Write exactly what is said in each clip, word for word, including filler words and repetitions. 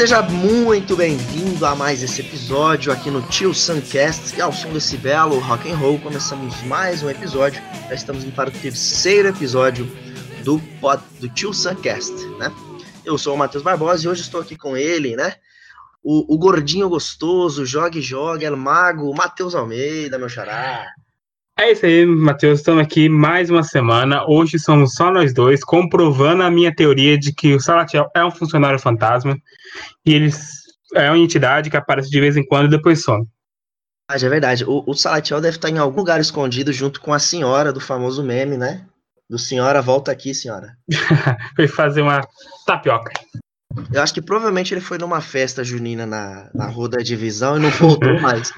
Seja muito bem-vindo a mais esse episódio aqui no Tio Suncast, que ao som desse belo rock and roll, começamos mais um episódio. Já estamos indo para o terceiro episódio do, pod, do Tio Suncast, né? Eu sou o Matheus Barbosa e hoje estou aqui com ele, né? O, o gordinho gostoso, joga e joga, é o mago, Matheus Almeida, meu xará. É isso aí, Matheus, estamos aqui mais uma semana. Hoje somos só nós dois, comprovando a minha teoria de que o Salatiel é um funcionário fantasma e ele é uma entidade que aparece de vez em quando e depois some. Ah, é verdade, o, o Salatiel deve estar em algum lugar escondido junto com a senhora do famoso meme, né? Do senhora, volta aqui, senhora. Foi fazer uma tapioca. Eu acho que provavelmente ele foi numa festa junina na, na Rua da Divisão e não voltou mais.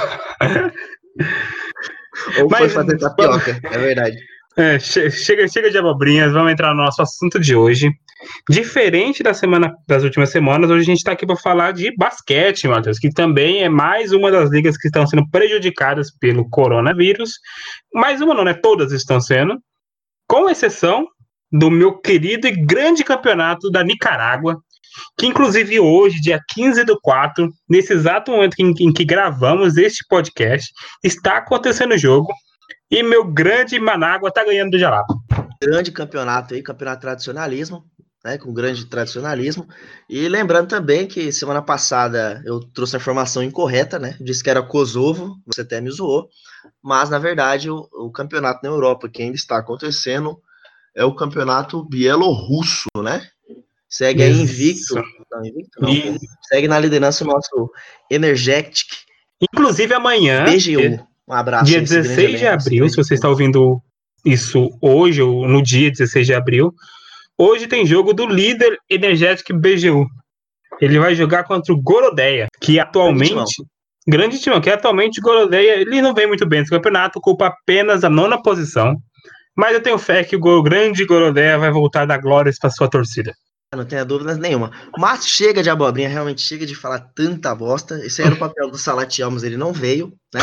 Ou Mas, foi fazer tapioca, vamos... é verdade. É, chega, chega de abobrinhas, vamos entrar no nosso assunto de hoje. Diferente da semana, das últimas semanas, hoje a gente está aqui para falar de basquete, Matheus, que também é mais uma das ligas que estão sendo prejudicadas pelo coronavírus. Mais uma não, né? Todas estão sendo, com exceção do meu querido e grande campeonato da Nicarágua, que inclusive hoje, dia quinze do quatro, nesse exato momento em, em que gravamos este podcast, está acontecendo o jogo e meu grande Manágua está ganhando do Jalapa. Grande campeonato aí, campeonato tradicionalismo, né, com grande tradicionalismo. E lembrando também que semana passada eu trouxe a informação incorreta, né? Disse que era Kosovo, você até me zoou, mas na verdade o, o campeonato na Europa que ainda está acontecendo é o campeonato bielorrusso, né? Segue aí invicto. Não, invicto não. E... Segue na liderança o nosso Energetic. Inclusive amanhã, B G U. Um abraço. Dia dezesseis de abril, se você está ouvindo isso hoje, ou no dia dezesseis de abril, hoje tem jogo do líder Energetic B G U. Ele vai jogar contra o Gorodeia, que atualmente... Grande timão, que atualmente o Gorodeia, ele não vem muito bem nesse campeonato, ocupa apenas a nona posição, mas eu tenho fé que o grande Gorodeia vai voltar a dar glórias para sua torcida. Não tenha dúvidas nenhuma. Mas chega de abobrinha, realmente chega de falar tanta bosta. Esse era o papel do Salatiel, mas ele não veio, né?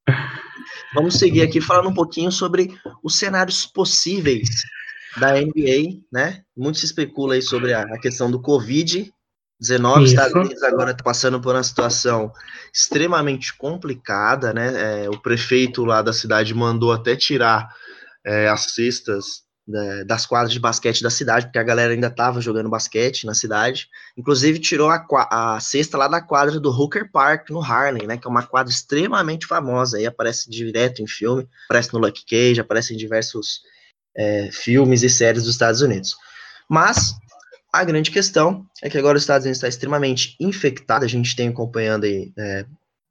Vamos seguir aqui falando um pouquinho sobre os cenários possíveis da N B A, né? Muito se especula aí sobre a, a questão do covid dezenove. Os Estados Unidos agora está passando por uma situação extremamente complicada, né? É, o prefeito lá da cidade mandou até tirar é, as cestas das quadras de basquete da cidade, porque a galera ainda estava jogando basquete na cidade. Inclusive tirou a, a cesta lá da quadra do Hooker Park no Harlem, né, que é uma quadra extremamente famosa, aí aparece direto em filme, aparece no Lucky Cage, aparece em diversos é, filmes e séries dos Estados Unidos. Mas a grande questão é que agora os Estados Unidos está extremamente infectado, a gente tem acompanhando aí, é,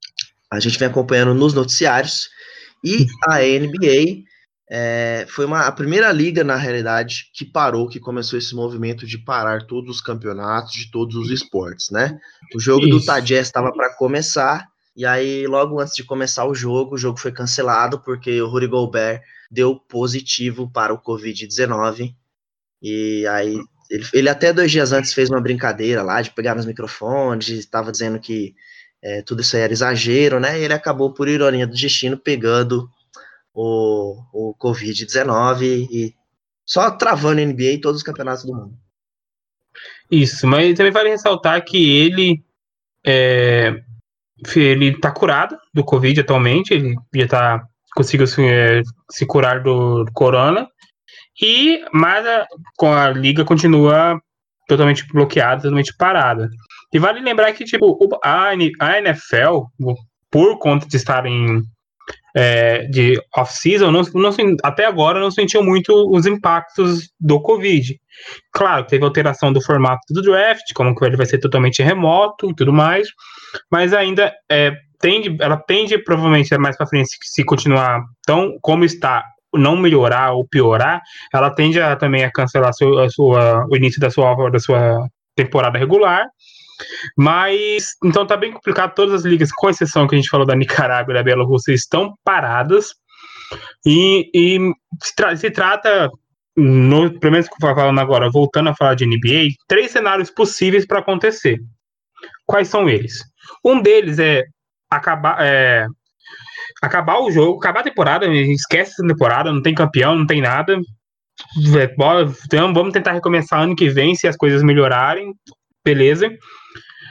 a gente vem acompanhando nos noticiários, e a N B A É, foi uma, a primeira liga, na realidade, que parou, que começou esse movimento de parar todos os campeonatos de todos os esportes, né? O jogo Isso. do Utah Jazz estava para começar, e aí logo antes de começar o jogo, o jogo foi cancelado porque o Rudy Gobert deu positivo para o covid dezenove, e aí ele, ele até dois dias antes fez uma brincadeira lá de pegar nos microfones, estava dizendo que é, tudo isso aí era exagero, né? E ele acabou, por ironia do destino, pegando o, o covid dezenove e só travando a N B A e todos os campeonatos do mundo. Isso, mas também vale ressaltar que ele é, ele tá curado do Covid atualmente, ele já tá, conseguiu se, é, se curar do, do corona, e, mas a, com a liga continua totalmente bloqueada, totalmente parada. E vale lembrar que tipo, a, a N F L, por conta de estar em É, de off-season, não, não, até agora não sentiu muito os impactos do Covid. Claro, teve alteração do formato do draft, como que ele vai ser totalmente remoto e tudo mais, mas ainda é, tende, ela tende provavelmente mais para frente, se, se continuar tão como está, não melhorar ou piorar, ela tende a, também a cancelar a sua, a sua, o início da sua, da sua temporada regular. Mas, então tá bem complicado, todas as ligas, com exceção que a gente falou da Nicarágua e da Bielorrússia, estão paradas, e, e se, tra- se trata, no, pelo menos que eu tô falando agora, voltando a falar de N B A, três cenários possíveis para acontecer. Quais são eles? Um deles é acabar, é, acabar o jogo, acabar a temporada, a gente esquece essa temporada, não tem campeão, não tem nada, então vamos tentar recomeçar ano que vem, se as coisas melhorarem, beleza.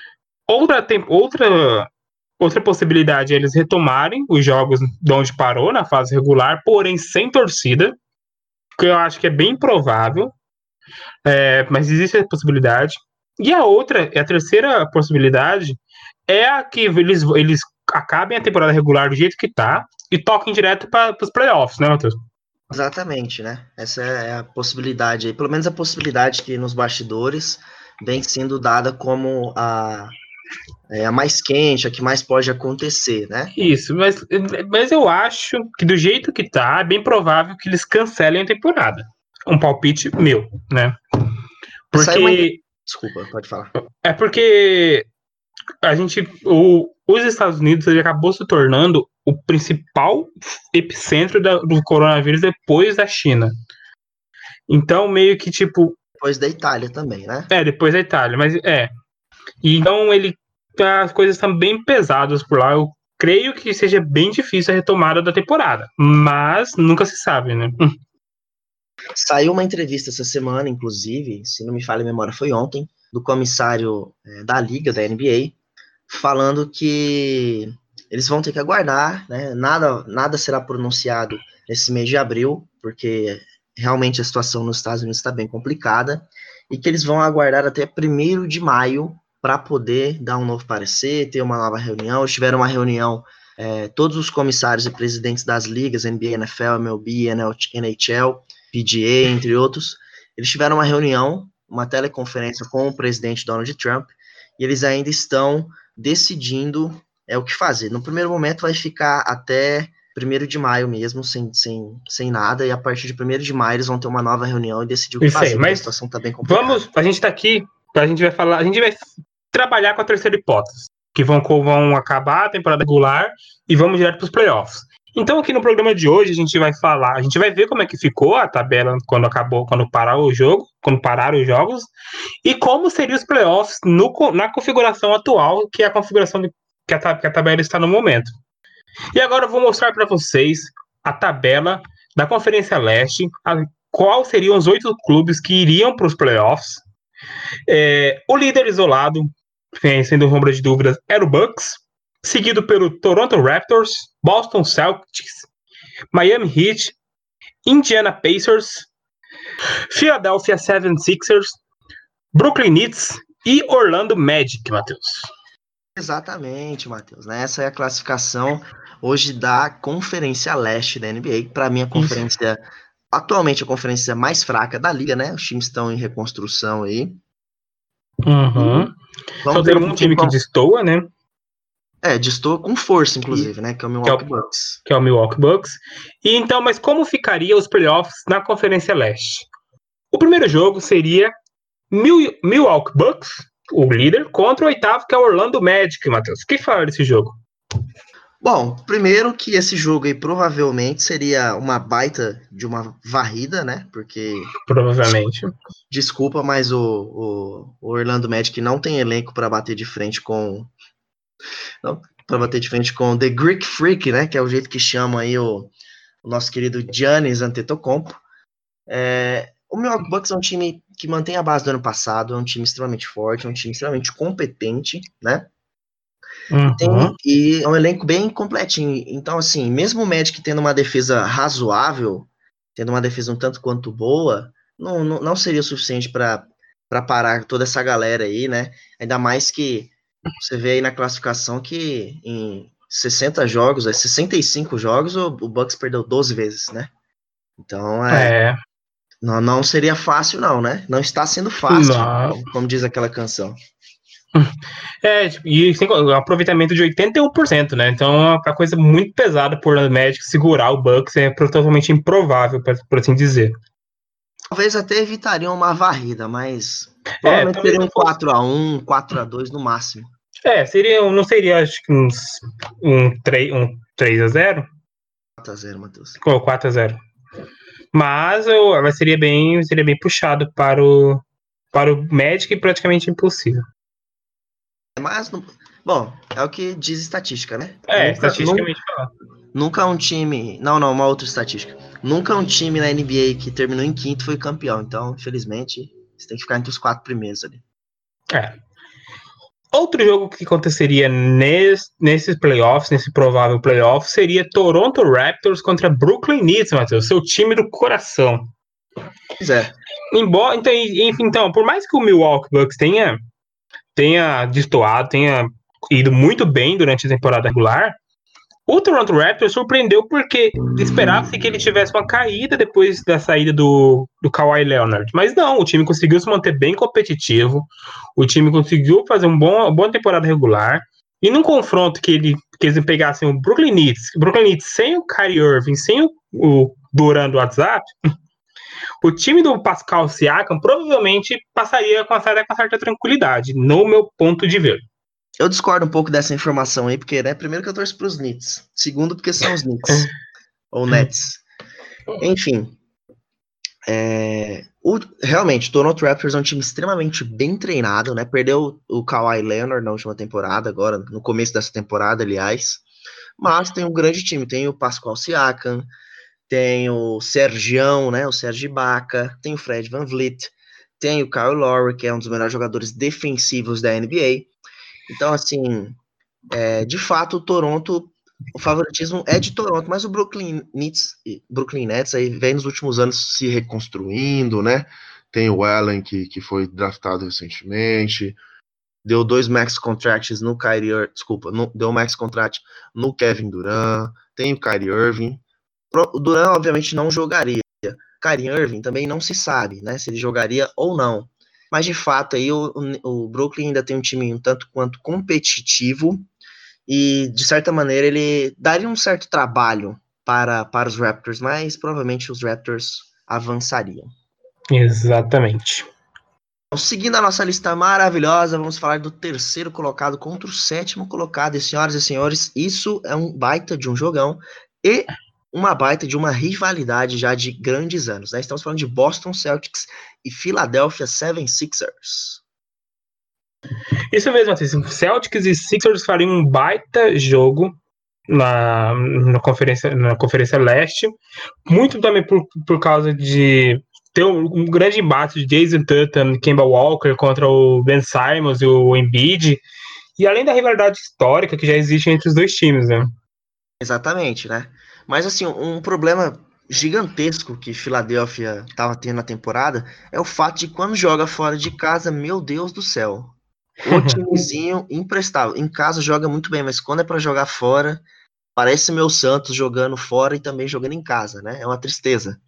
outra, tem, outra, outra possibilidade é eles retomarem os jogos de onde parou, na fase regular, porém sem torcida, que eu acho que é bem improvável, é, mas existe a possibilidade. E a outra, a terceira possibilidade, é a que eles, eles acabem a temporada regular do jeito que tá e toquem direto para os playoffs, né, Matheus? Exatamente, né? Essa é a possibilidade aí, pelo menos a possibilidade que nos bastidores vem sendo dada como a, é, a mais quente, a que mais pode acontecer, né? Isso, mas, mas eu acho que do jeito que tá, é bem provável que eles cancelem a temporada. Um palpite meu, né? Saiu uma... Porque. Desculpa, pode falar. É porque a gente. O, os Estados Unidos ele acabou se tornando o principal epicentro da, do coronavírus depois da China. Então, meio que tipo. Depois da Itália também, né? É, depois da Itália, mas é. E então ele. As coisas estão bem pesadas por lá. Eu creio que seja bem difícil a retomada da temporada. Mas nunca se sabe, né? Saiu uma entrevista essa semana, inclusive, se não me falha a memória, foi ontem, do comissário é, da Liga, da N B A, falando que eles vão ter que aguardar, né? Nada, nada será pronunciado nesse mês de abril, porque realmente a situação nos Estados Unidos está bem complicada, e que eles vão aguardar até primeiro de maio para poder dar um novo parecer, ter uma nova reunião. Eles tiveram uma reunião, é, todos os comissários e presidentes das ligas, N B A, N F L, M L B, N H L, P G A, entre outros, eles tiveram uma reunião, uma teleconferência com o presidente Donald Trump, e eles ainda estão decidindo é, o que fazer. No primeiro momento vai ficar até primeiro de maio mesmo, sem, sem, sem nada, e a partir de primeiro de maio eles vão ter uma nova reunião e decidir o que Isso fazer, aí, porque a mas situação está bem complicada. Vamos, a gente tá aqui, a gente vai falar, a gente vai trabalhar com a terceira hipótese, que vão, vão acabar a temporada regular e vamos direto para os playoffs. Então aqui no programa de hoje a gente vai falar, a gente vai ver como é que ficou a tabela quando acabou, quando parar o jogo, quando pararam os jogos, e como seriam os playoffs no, na configuração atual, que é a configuração de, que, a, que a tabela está no momento. E agora eu vou mostrar para vocês a tabela da Conferência Leste, a, qual seriam os oito clubes que iriam para os playoffs. É, o líder isolado, sem sombra de dúvidas, era o Bucks, seguido pelo Toronto Raptors, Boston Celtics, Miami Heat, Indiana Pacers, Philadelphia seventy-sixers, Brooklyn Nets e Orlando Magic, Matheus. Exatamente, Matheus. Né? Essa é a classificação hoje da Conferência Leste da N B A. Para mim, a conferência, Isso. atualmente, a conferência mais fraca da liga, né? Os times estão em reconstrução aí. Uhum. Só tem um time que destoa, né? É, destoa com força, inclusive, e, né? Que é o Milwaukee que é o, Bucks. Que é o Milwaukee Bucks. E então, mas como ficaria os playoffs na Conferência Leste? O primeiro jogo seria Mil, Milwaukee Bucks, o líder, contra o oitavo, que é o Orlando Magic, Matheus. O que falar desse jogo? Bom, primeiro que esse jogo aí provavelmente seria uma baita de uma varrida, né? Porque... Provavelmente. Desculpa, mas o, o, o Orlando Magic não tem elenco para bater de frente com... para bater de frente com The Greek Freak, né? Que é o jeito que chama aí o, o nosso querido Giannis Antetokounmpo. É, o Milwaukee Bucks é um time que mantém a base do ano passado, é um time extremamente forte, é um time extremamente competente, né? Uhum. Tem, e é um elenco bem completinho. Então, assim, mesmo o Magic tendo uma defesa razoável, tendo uma defesa um tanto quanto boa, não, não, não seria o suficiente para parar toda essa galera aí, né? Ainda mais que você vê aí na classificação que em sessenta jogos, é sessenta e cinco jogos, o, o Bucks perdeu doze vezes, né? Então, é, é. Não, não seria fácil, não, né? Não está sendo fácil, como, como diz aquela canção. É, e tem um aproveitamento de oitenta e um por cento, né? Então é uma coisa muito pesada por o Magic segurar o Bucks, é totalmente improvável, por assim dizer. Talvez até evitariam uma varrida, mas provavelmente é, seria um quatro a um, quatro a dois no máximo. É, seria, não seria, acho que uns um, três, um três a zero? quatro a zero, Matheus. Ou quatro a zero. Mas, eu, mas seria, bem, seria bem puxado para o, para o Magic e praticamente impossível. Mas, bom, é o que diz estatística, né? É, nunca, estatisticamente falando. Nunca um time... Não, não, uma outra estatística. Nunca um time na N B A que terminou em quinto foi campeão. Então, infelizmente, você tem que ficar entre os quatro primeiros ali. É. Outro jogo que aconteceria nesse, nesses playoffs, nesse provável playoff, seria Toronto Raptors contra Brooklyn Nets, Matheus, seu time do coração. Pois é. Embora, então, enfim, então, por mais que o Milwaukee Bucks tenha, tenha destoado, tenha ido muito bem durante a temporada regular, o Toronto Raptors surpreendeu porque esperava-se que ele tivesse uma caída depois da saída do, do Kawhi Leonard. Mas não, o time conseguiu se manter bem competitivo, o time conseguiu fazer um bom, uma boa temporada regular, e num confronto que, ele, que eles pegassem o Brooklyn Nets, o Brooklyn Nets sem o Kyrie Irving, sem o, o Durant do WhatsApp, o time do Pascal Siakam provavelmente passaria com a saída com certa tranquilidade, no meu ponto de ver. Eu discordo um pouco dessa informação aí, porque, né, primeiro que eu torço pros Knicks, segundo porque são os Knicks, ou Nets. Enfim, é, o, realmente, o Toronto Raptors é um time extremamente bem treinado, né, perdeu o Kawhi Leonard na última temporada, agora, no começo dessa temporada, aliás, mas tem um grande time, tem o Pascal Siakam, tem o Sergião, né, o Serge Ibaka, tem o Fred VanVleet, tem o Kyle Lowry, que é um dos melhores jogadores defensivos da N B A. Então, assim, é, de fato, o Toronto, o favoritismo é de Toronto, mas o Brooklyn Nets, Brooklyn Nets aí vem nos últimos anos se reconstruindo, né? Tem o Allen, que, que foi draftado recentemente, deu dois max contracts no Kyrie, desculpa, no, deu max contract no Kevin Durant, tem o Kyrie Irving. O Durant, obviamente, não jogaria. Kyrie Irving também não se sabe, né, se ele jogaria ou não. Mas, de fato, aí o, o Brooklyn ainda tem um time um tanto quanto competitivo e, de certa maneira, ele daria um certo trabalho para, para os Raptors, mas provavelmente os Raptors avançariam. Exatamente. Então, seguindo a nossa lista maravilhosa, vamos falar do terceiro colocado contra o sétimo colocado. E, senhoras e senhores, isso é um baita de um jogão e uma baita de uma rivalidade já de grandes anos, né? Estamos falando de Boston Celtics e Philadelphia seventy-sixers. Isso mesmo, assim, Celtics e Sixers fariam um baita jogo na, na, conferência, na Conferência Leste, muito também por, por causa de ter um, um grande embate de Jason Tatum e Kemba Walker contra o Ben Simmons e o Embiid, e além da rivalidade histórica que já existe entre os dois times, né? Exatamente, né? Mas, assim, um problema gigantesco que Philadelphia estava tendo na temporada é o fato de quando joga fora de casa, meu Deus do céu, o timezinho imprestável. Em casa joga muito bem, mas quando é para jogar fora, parece meu Santos jogando fora e também jogando em casa, né? É uma tristeza.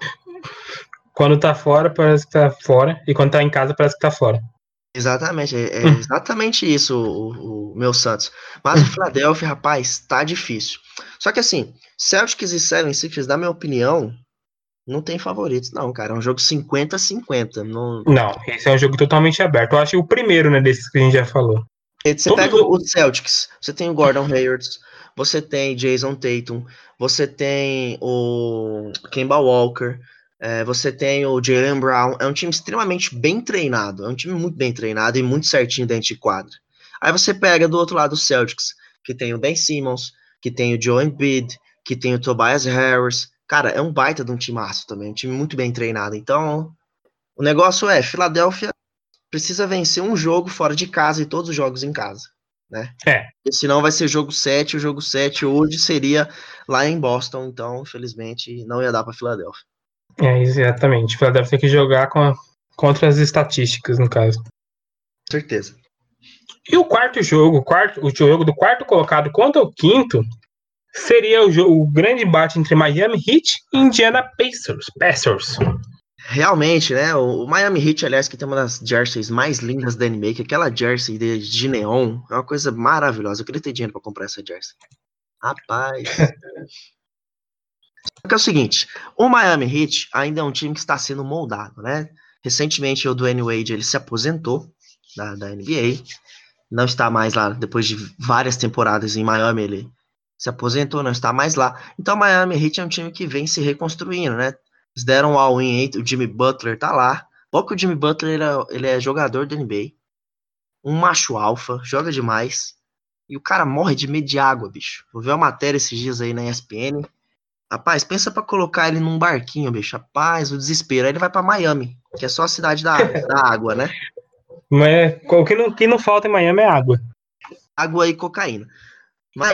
Quando tá fora, parece que tá fora, e quando tá em casa, parece que tá fora. Exatamente, é, é exatamente isso o, o meu Santos. Mas o Philadelphia, rapaz, tá difícil. Só que assim, Celtics e seventy-sixers, na minha opinião, não tem favoritos, não, cara. É um jogo cinquenta a cinquenta. Não... Não, esse é um jogo totalmente aberto. Eu acho que o primeiro, né, desses que a gente já falou. Você Todos pega o Celtics, você tem o Gordon Hayward, você tem Jason Tatum, você tem o Kemba Walker, é, você tem o Jaylen Brown. É um time extremamente bem treinado, é um time muito bem treinado e muito certinho dentro de quadra. Aí você pega do outro lado o Celtics, que tem o Ben Simmons, que tem o Joel Embiid, que tem o Tobias Harris. Cara, é um baita de um timaço também, um time muito bem treinado. Então, o negócio é, Philadelphia precisa vencer um jogo fora de casa e todos os jogos em casa, né? É. E senão vai ser jogo sete, o jogo sete hoje seria lá em Boston, então, infelizmente, não ia dar para Philadelphia. É, exatamente. Philadelphia tem que jogar com a, contra as estatísticas, no caso. Com certeza. E o quarto jogo, o, quarto, o jogo do quarto colocado contra o quinto, seria o, jogo, o grande embate entre Miami Heat e Indiana Pacers. Pacers. Realmente, né? O Miami Heat, aliás, que tem uma das jerseys mais lindas da N B A, que aquela jersey de, de neon, é uma coisa maravilhosa. Eu queria ter dinheiro para comprar essa jersey. Rapaz. Só que é o seguinte, o Miami Heat ainda é um time que está sendo moldado, né? Recentemente o Dwayne Wade ele se aposentou da, da N B A, não está mais lá, depois de várias temporadas em Miami, ele se aposentou, não está mais lá. Então o Miami Heat é um time que vem se reconstruindo, né? Eles deram um all-in aí, o Jimmy Butler tá lá. Pouco que o Jimmy Butler ele é, ele é jogador da N B A, um macho alfa, joga demais, e o cara morre de medo de água, bicho. Vou ver uma matéria esses dias aí na E S P N. Rapaz, pensa pra colocar ele num barquinho, bicho. Rapaz, o desespero. Aí ele vai pra Miami, que é só a cidade da, da água, né? Mas o que não, que não falta em Miami é água. Água e cocaína. Mas,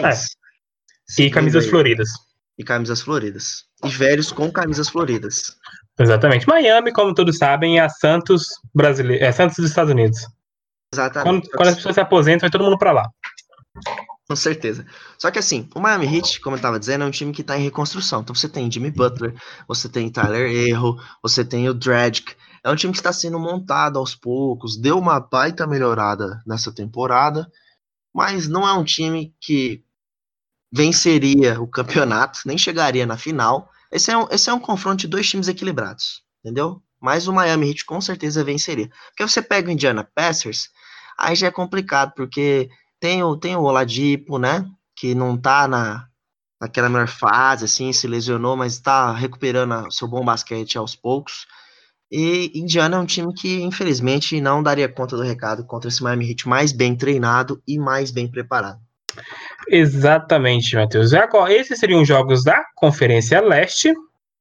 é. E camisas aí, floridas. E camisas floridas. E velhos com camisas floridas. Exatamente. Miami, como todos sabem, é a Santos brasileira, é a Santos dos Estados Unidos. Exatamente. Quando, quando as pessoas se aposentam, vai todo mundo pra lá. Com certeza. Só que assim, o Miami Heat, como eu estava dizendo, é um time que está em reconstrução. Então você tem Jimmy Butler, você tem Tyler Herro, você tem o Dragic. É um time que está sendo montado aos poucos, deu uma baita melhorada nessa temporada, mas não é um time que venceria o campeonato, nem chegaria na final. Esse é um, esse é um confronto de dois times equilibrados, entendeu? Mas o Miami Heat com certeza venceria. Porque você pega o Indiana Pacers, aí já é complicado, porque tem o, tem o Oladipo, né? Que não tá na, naquela melhor fase, assim, se lesionou, mas tá recuperando o seu bom basquete aos poucos. E Indiana é um time que, infelizmente, não daria conta do recado contra esse Miami Heat mais bem treinado e mais bem preparado. Exatamente, Matheus. Agora, esses seriam os jogos da Conferência Leste.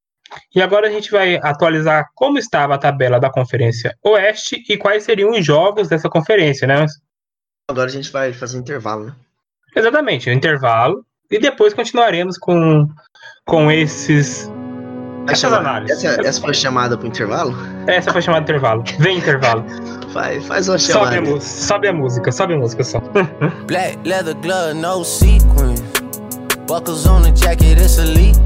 E agora a gente vai atualizar como estava a tabela da Conferência Oeste e quais seriam os jogos dessa conferência, né? Agora a gente vai fazer intervalo, né? Exatamente, o intervalo. E depois continuaremos com, com esses essas chamar, análises. Essa, essa foi chamada para o intervalo? Essa foi chamada intervalo. Vem intervalo. Faz, faz uma chamada. Sobe a, sobe a música, sobe a música só. Black leather glove, no sequins. Buckles on the jacket, it's elite.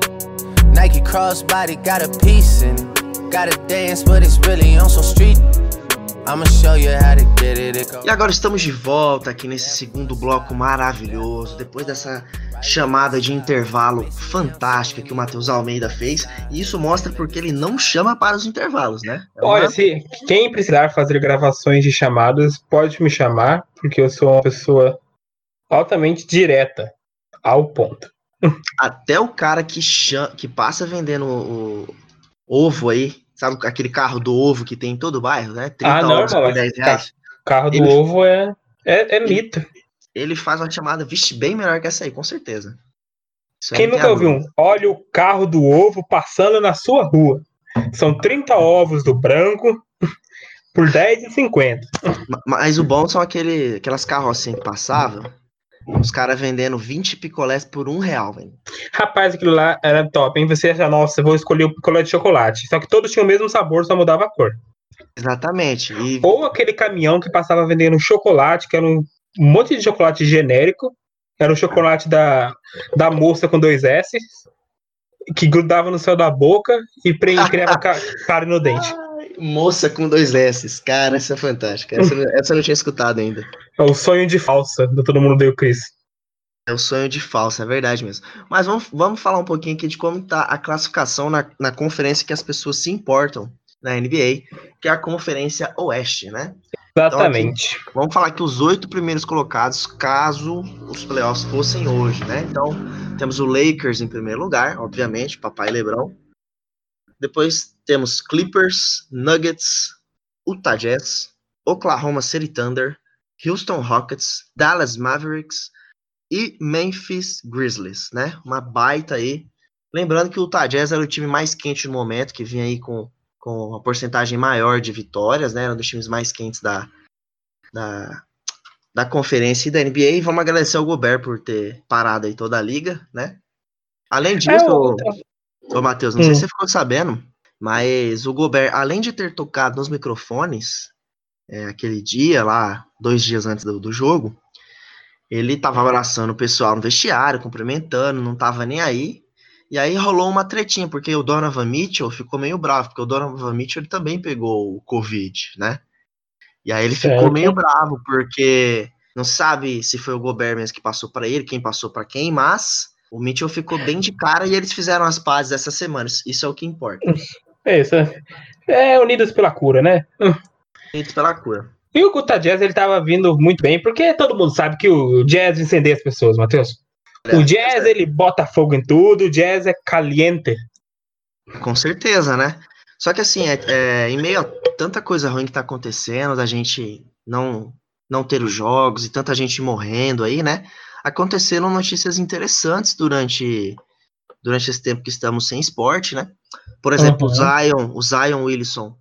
Nike crossbody got a piece in it. Gotta dance, but it's really on some street. I'ma show you how to get it. E agora estamos de volta aqui nesse segundo bloco maravilhoso, depois dessa chamada de intervalo fantástica que o Matheus Almeida fez, e isso mostra porque ele não chama para os intervalos, né? É uma... Olha, se quem precisar fazer gravações de chamadas, pode me chamar, porque eu sou uma pessoa altamente direta, ao ponto. Até o cara que, chama, que passa vendendo o, o ovo aí, sabe aquele carro do ovo que tem em todo o bairro, né? trinta ah, não, ovos não, por dez reais. Carro do ele, ovo é, é, é mito. Ele, ele faz uma chamada, vixe, bem melhor que essa aí, com certeza. Isso Quem nunca ouviu um? Olha o carro do ovo passando na sua rua. São trinta ovos do branco por dez reais e cinquenta centavos. Mas o bom são aquele, aquelas carrocinhas que passavam. Os caras vendendo vinte picolés por um real, velho. Rapaz, aquilo lá era top, hein? Você acha, nossa, eu vou escolher o picolé de chocolate. Só que todos tinham o mesmo sabor, só mudava a cor. Exatamente. E... Ou aquele caminhão que passava vendendo chocolate, que era um monte de chocolate genérico. Era o chocolate da, da moça com dois S, que grudava no céu da boca e criava cara no dente. Moça com dois S. Cara, essa é fantástica. Essa, essa eu não tinha escutado ainda. É o sonho de falsa do Todo Mundo Deu Chris. É o sonho de falsa, é verdade mesmo. Mas vamos, vamos falar um pouquinho aqui de como está a classificação na, na conferência que as pessoas se importam na N B A, que é a Conferência Oeste, né? Exatamente. Então, aqui, vamos falar que os oito primeiros colocados, caso os playoffs fossem hoje, né? Então, temos o Lakers em primeiro lugar, obviamente, papai LeBron. Depois temos Clippers, Nuggets, Utah Jazz, Oklahoma City Thunder, Houston Rockets, Dallas Mavericks e Memphis Grizzlies, né? Uma baita aí. Lembrando que o Utah Jazz era o time mais quente no momento, que vinha aí com, com uma porcentagem maior de vitórias, né? Era um dos times mais quentes da, da, da conferência e da N B A. E vamos agradecer ao Gobert por ter parado aí toda a liga, né? Além disso, é, ô, ô Matheus, não hum. sei se você ficou sabendo, mas o Gobert, além de ter tocado nos microfones é, aquele dia lá, dois dias antes do, do jogo, ele tava abraçando o pessoal no vestiário, cumprimentando, não tava nem aí. E aí rolou uma tretinha, porque o Donovan Mitchell ficou meio bravo, porque o Donovan Mitchell ele também pegou o Covid, né? E aí ele certo. ficou meio bravo, porque não sabe se foi o Gobert mesmo que passou para ele, quem passou para quem, mas o Mitchell ficou bem de cara e eles fizeram as pazes essa semana. Isso é o que importa. É isso. É unidos pela cura, né? Unidos pela cura. E o Utah Jazz, ele tava vindo muito bem, porque todo mundo sabe que o Jazz incendeia as pessoas, Matheus. É, o Jazz, é. ele bota fogo em tudo, o Jazz é caliente. Com certeza, né? Só que assim, é, é, em meio a tanta coisa ruim que tá acontecendo, da gente não, não ter os jogos e tanta gente morrendo aí, né? Aconteceram notícias interessantes durante, durante esse tempo que estamos sem esporte, né? Por exemplo, uhum. o Zion, o Zion Williamson,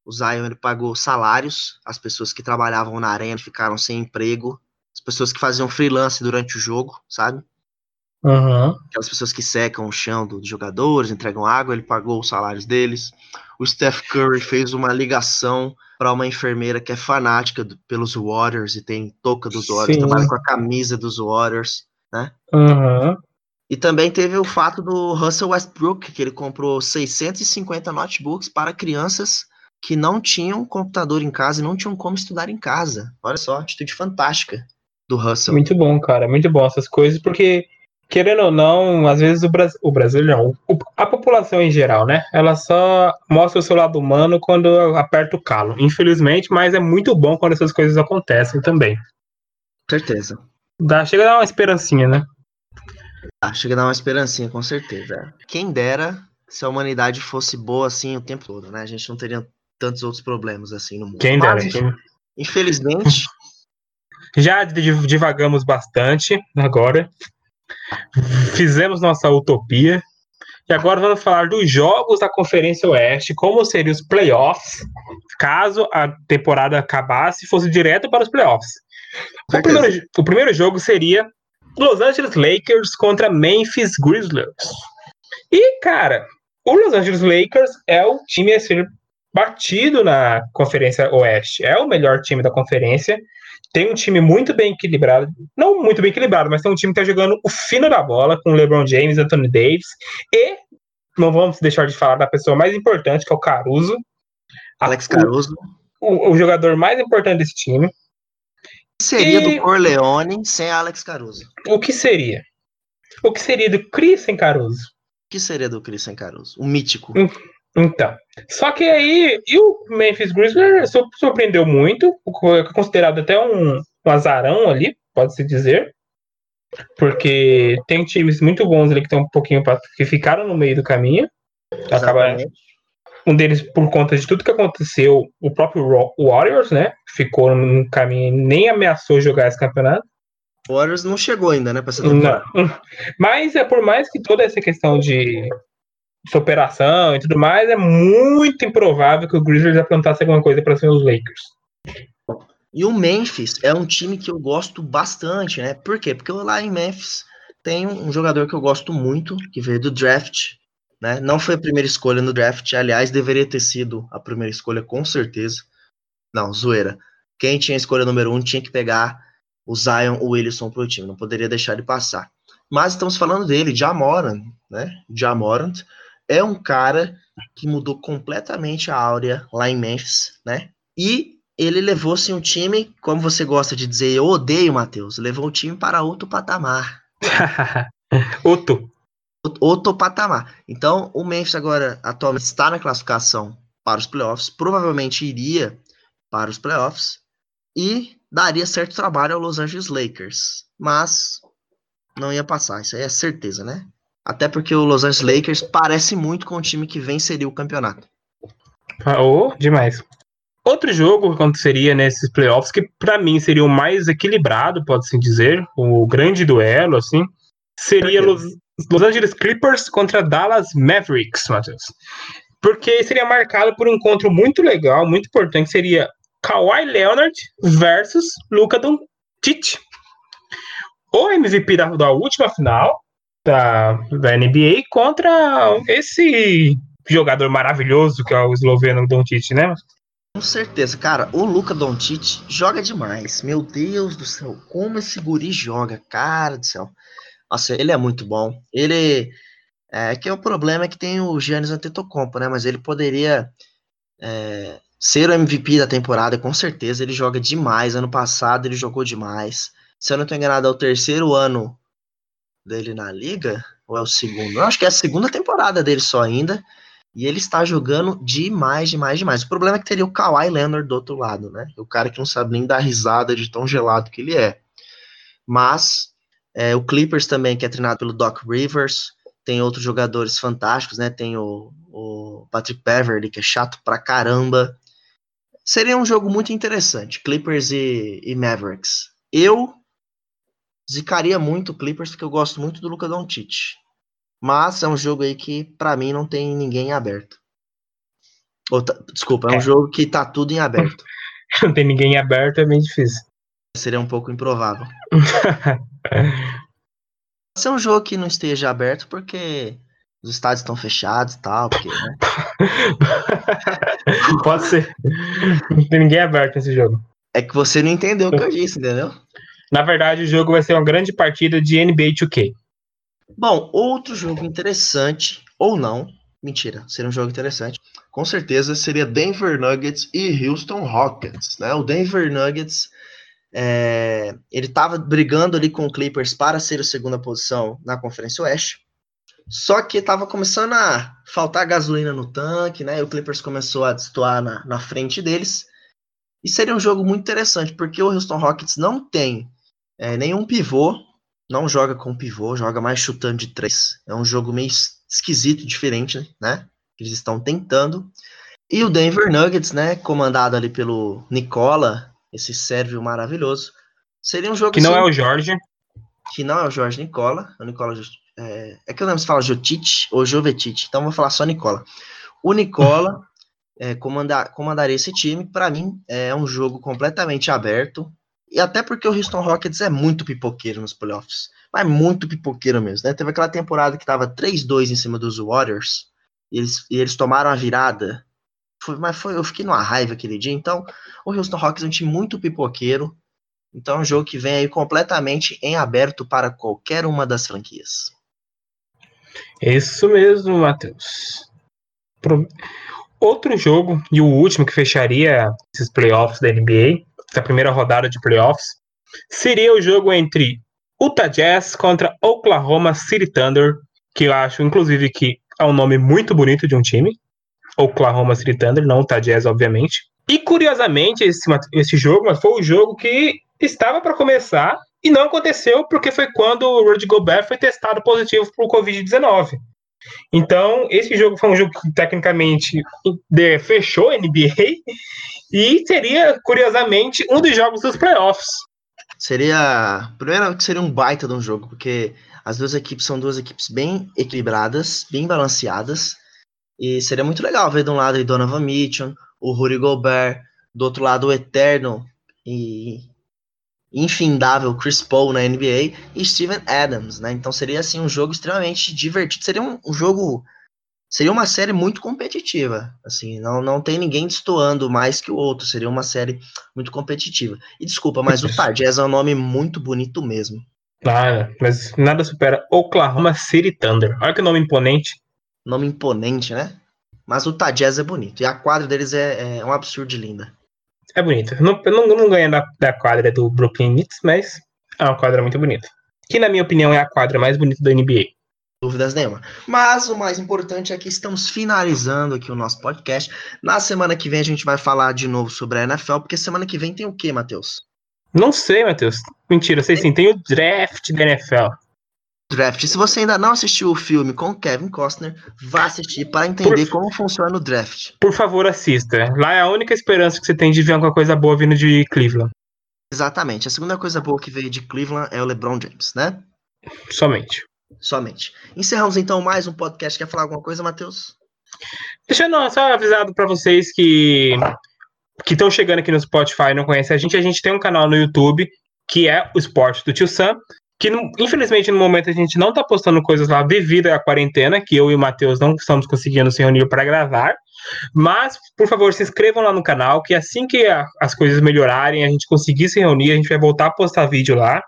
O Zion ele pagou salários, as pessoas que trabalhavam na arena ficaram sem emprego, as pessoas que faziam freelance durante o jogo, sabe? Uhum. Aquelas pessoas que secam o chão dos jogadores, entregam água, ele pagou os salários deles. O Steph Curry fez uma ligação para uma enfermeira que é fanática do, pelos Warriors e tem touca dos Warriors, Sim. trabalha com a camisa dos Warriors, né? Uhum. E também teve o fato do Russell Westbrook, que ele comprou seiscentos e cinquenta notebooks para crianças que não tinham computador em casa e não tinham como estudar em casa. Olha só, atitude fantástica do Russell. Muito bom, cara. Muito bom essas coisas, porque, querendo ou não, às vezes o, Bras... o brasileiro, o... a população em geral, né? Ela só mostra o seu lado humano quando aperta o calo. Infelizmente, mas é muito bom quando essas coisas acontecem também. Certeza. Dá... Chega a dar uma esperancinha, né? Ah, chega a dar uma esperancinha, com certeza. Quem dera se a humanidade fosse boa assim o tempo todo, né? A gente não teria tantos outros problemas assim no mundo. Quem Mas, dera. Quem... infelizmente... Já divagamos bastante agora. Fizemos nossa utopia. E agora vamos falar dos jogos da Conferência Oeste, como seriam os playoffs, caso a temporada acabasse e fosse direto para os playoffs. O primeiro, o primeiro jogo seria Los Angeles Lakers contra Memphis Grizzlies. E, cara, o Los Angeles Lakers é o time a ser batido na Conferência Oeste. É o melhor time da conferência. Tem um time muito bem equilibrado. Não muito bem equilibrado, mas tem um time que tá jogando o fino da bola, com LeBron James, Anthony Davis. E não vamos deixar de falar da pessoa mais importante, que é o Caruso. Alex Caruso. O, o, o jogador mais importante desse time. O que seria e... do Corleone sem Alex Caruso? O que seria? O que seria do Chris sem Caruso? O que seria do Chris sem Caruso? O mítico. Então, só que aí, e o Memphis Grizzlies surpreendeu muito, considerado até um, um azarão ali, pode-se dizer, porque tem times muito bons ali que estão um pouquinho pra, que ficaram no meio do caminho. Acaba, um deles, por conta de tudo que aconteceu, o próprio Warriors, né, ficou no caminho e nem ameaçou jogar esse campeonato. O Warriors não chegou ainda, né, pra essa temporada. Não. Mas é por mais que toda essa questão de essa operação e tudo mais, é muito improvável que o Grizzlies aprontasse alguma coisa para ser os Lakers. E o Memphis é um time que eu gosto bastante, né? Por quê? Porque lá em Memphis tem um jogador que eu gosto muito, que veio do draft, né? Não foi a primeira escolha no draft, aliás, deveria ter sido a primeira escolha, com certeza. Não, zoeira. Quem tinha a escolha número um tinha que pegar o Zion Williamson pro time, não poderia deixar ele passar. Mas estamos falando dele, Ja Morant, né? Ja Morant é um cara que mudou completamente a áurea lá em Memphis, né? E ele levou, sim, um time, como você gosta de dizer, eu odeio, Matheus, levou o time para outro patamar. outro. Outro patamar. Então, o Memphis agora, atualmente, está na classificação para os playoffs, provavelmente iria para os playoffs e daria certo trabalho ao Los Angeles Lakers, mas não ia passar, isso aí é certeza, né? Até porque o Los Angeles Lakers parece muito com o time que venceria o campeonato. Oh, demais. Outro jogo que aconteceria nesses playoffs, que para mim seria o mais equilibrado, pode-se dizer, o grande duelo, assim, seria Los, Los Angeles Clippers contra Dallas Mavericks, Matheus. Porque seria marcado por um encontro muito legal, muito importante, seria Kawhi Leonard versus Luka Doncic. O M V P da, da última final da, da N B A contra esse jogador maravilhoso que é o esloveno Doncic, né? Com certeza, cara, o Luka Doncic joga demais. Meu Deus do céu, como esse guri joga, cara do céu. Nossa, ele é muito bom. Ele, é que é o problema é que tem o Giannis Antetokounmpo, né? Mas ele poderia é, ser o M V P da temporada, com certeza. Ele joga demais. Ano passado ele jogou demais. Se eu não estou enganado, é o terceiro ano dele na liga, ou é o segundo? Eu acho que é a segunda temporada dele só ainda. E ele está jogando demais, demais, demais. O problema é que teria o Kawhi Leonard do outro lado, né? O cara que não sabe nem dar risada de tão gelado que ele é. Mas é, o Clippers também, que é treinado pelo Doc Rivers, tem outros jogadores fantásticos, né? Tem o, o Patrick Beverley, que é chato pra caramba. Seria um jogo muito interessante, Clippers e, e Mavericks. Eu zicaria muito o Clippers, porque eu gosto muito do Luka Doncic. Mas é um jogo aí que, pra mim, não tem ninguém aberto. Ou tá, desculpa, é um É. jogo que tá tudo em aberto. Não tem ninguém aberto, é bem difícil. Seria um pouco improvável. Pode ser um jogo que não esteja aberto porque os estádios estão fechados e tal, porque, né? Pode ser. Não tem ninguém aberto nesse jogo. É que você não entendeu o que eu disse, entendeu? Na verdade, o jogo vai ser uma grande partida de N B A dois K. Bom, outro jogo interessante, ou não, mentira, seria um jogo interessante, com certeza seria Denver Nuggets e Houston Rockets, né? O Denver Nuggets, é, ele estava brigando ali com o Clippers para ser a segunda posição na Conferência Oeste, só que estava começando a faltar gasolina no tanque, né? E o Clippers começou a destoar na, na frente deles, e seria um jogo muito interessante, porque o Houston Rockets não tem é, nenhum pivô, não joga com pivô, joga mais chutando de três. É um jogo meio esquisito, diferente, né? Eles estão tentando. E o Denver Nuggets, né? Comandado ali pelo Nicola, esse sérvio maravilhoso. Seria um jogo Que não assim, é o Jorge. que não é o Jorge Nicola. O Nicola é, é que eu não lembro se fala Jotic ou Jovetic, então vou falar só Nicola. O Nicola é, comandar, comandaria esse time. Para mim, é um jogo completamente aberto. E até porque o Houston Rockets é muito pipoqueiro nos playoffs. Mas muito pipoqueiro mesmo, né? Teve aquela temporada que tava três a dois em cima dos Warriors. E eles, e eles tomaram a virada. Foi, mas foi, eu fiquei numa raiva aquele dia. Então, o Houston Rockets é um time muito pipoqueiro. Então é um jogo que vem aí completamente em aberto para qualquer uma das franquias. Isso mesmo, Matheus. Pro... Outro jogo, e o último que fecharia esses playoffs da N B A, essa primeira rodada de playoffs, seria o jogo entre Utah Jazz contra Oklahoma City Thunder, que eu acho, inclusive, que é um nome muito bonito de um time. Oklahoma City Thunder, não Utah Jazz, obviamente. E, curiosamente, esse, esse jogo foi o jogo que estava para começar e não aconteceu porque foi quando o Rudy Gobert foi testado positivo para o covid dezenove. Então, esse jogo foi um jogo que, tecnicamente, de, fechou a N B A e seria, curiosamente, um dos jogos dos playoffs. Seria, primeiro que seria um baita de um jogo, porque as duas equipes são duas equipes bem equilibradas, bem balanceadas, e seria muito legal ver de um lado aí Donovan Mitchell, o Rudy Gobert, do outro lado o eterno e infindável Chris Paul na N B A e Steven Adams, né? Então seria assim um jogo extremamente divertido, seria um, um jogo, seria uma série muito competitiva, assim, não, não tem ninguém destoando mais que o outro, seria uma série muito competitiva. E desculpa, mas o Utah Jazz é um nome muito bonito mesmo. Nada, mas nada supera Oklahoma City Thunder. Olha que nome imponente. Nome imponente, né? Mas o Utah Jazz é bonito, e a quadra deles é, é um absurdo de linda. É bonito. Não, não, não ganha da, da quadra do Brooklyn Nets, mas é uma quadra muito bonita. Que, na minha opinião, é a quadra mais bonita da N B A. Dúvidas nenhuma. Mas o mais importante é que estamos finalizando aqui o nosso podcast. Na semana que vem a gente vai falar de novo sobre a N F L, porque semana que vem tem o quê, Matheus? Não sei, Matheus. Mentira, sei sim. Tem o draft da N F L. Draft. Se você ainda não assistiu o filme com Kevin Costner, vá assistir para entender por, como funciona o draft. Por favor, assista. Lá é a única esperança que você tem de ver alguma coisa boa vindo de Cleveland. Exatamente. A segunda coisa boa que veio de Cleveland é o LeBron James, né? Somente. Somente. Encerramos então mais um podcast. Quer falar alguma coisa, Matheus? Deixa eu só avisado para vocês que que estão chegando aqui no Spotify e não conhecem a gente. A gente tem um canal no YouTube que é o Esporte do Tio Sam, que infelizmente no momento a gente não tá postando coisas lá devido à quarentena, que eu e o Matheus não estamos conseguindo se reunir para gravar, mas por favor se inscrevam lá no canal, que assim que a, as coisas melhorarem, a gente conseguir se reunir, a gente vai voltar a postar vídeo lá.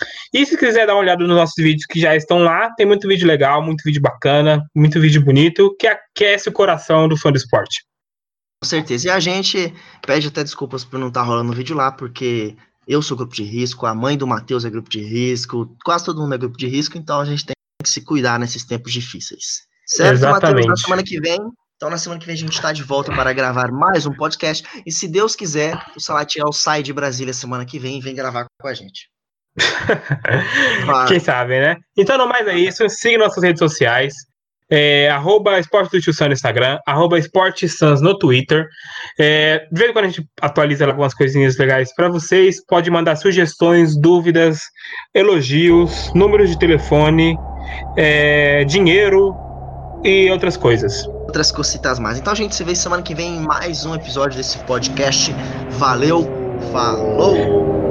E se quiser dar uma olhada nos nossos vídeos que já estão lá, tem muito vídeo legal, muito vídeo bacana, muito vídeo bonito, que aquece o coração do fã do esporte. Com certeza. E a gente pede até desculpas por não estar rolando o vídeo lá, porque eu sou grupo de risco, a mãe do Matheus é grupo de risco, quase todo mundo é grupo de risco, então a gente tem que se cuidar nesses tempos difíceis. Certo, Matheus? Na semana que vem, então na semana que vem a gente está de volta para gravar mais um podcast, e se Deus quiser, o Salatiel sai de Brasília semana que vem e vem gravar com a gente. Quem sabe, né? Então, não mais é isso. Siga nossas redes sociais. É, arroba Esporte do Tio Sam no Instagram, arroba Esporte Sans no Twitter. É, de vez em quando a gente atualiza algumas coisinhas legais para vocês. Pode mandar sugestões, dúvidas, elogios, números de telefone, é, dinheiro e outras coisas. outras cositas mais. Então a gente se vê semana que vem em mais um episódio desse podcast. Valeu, falou!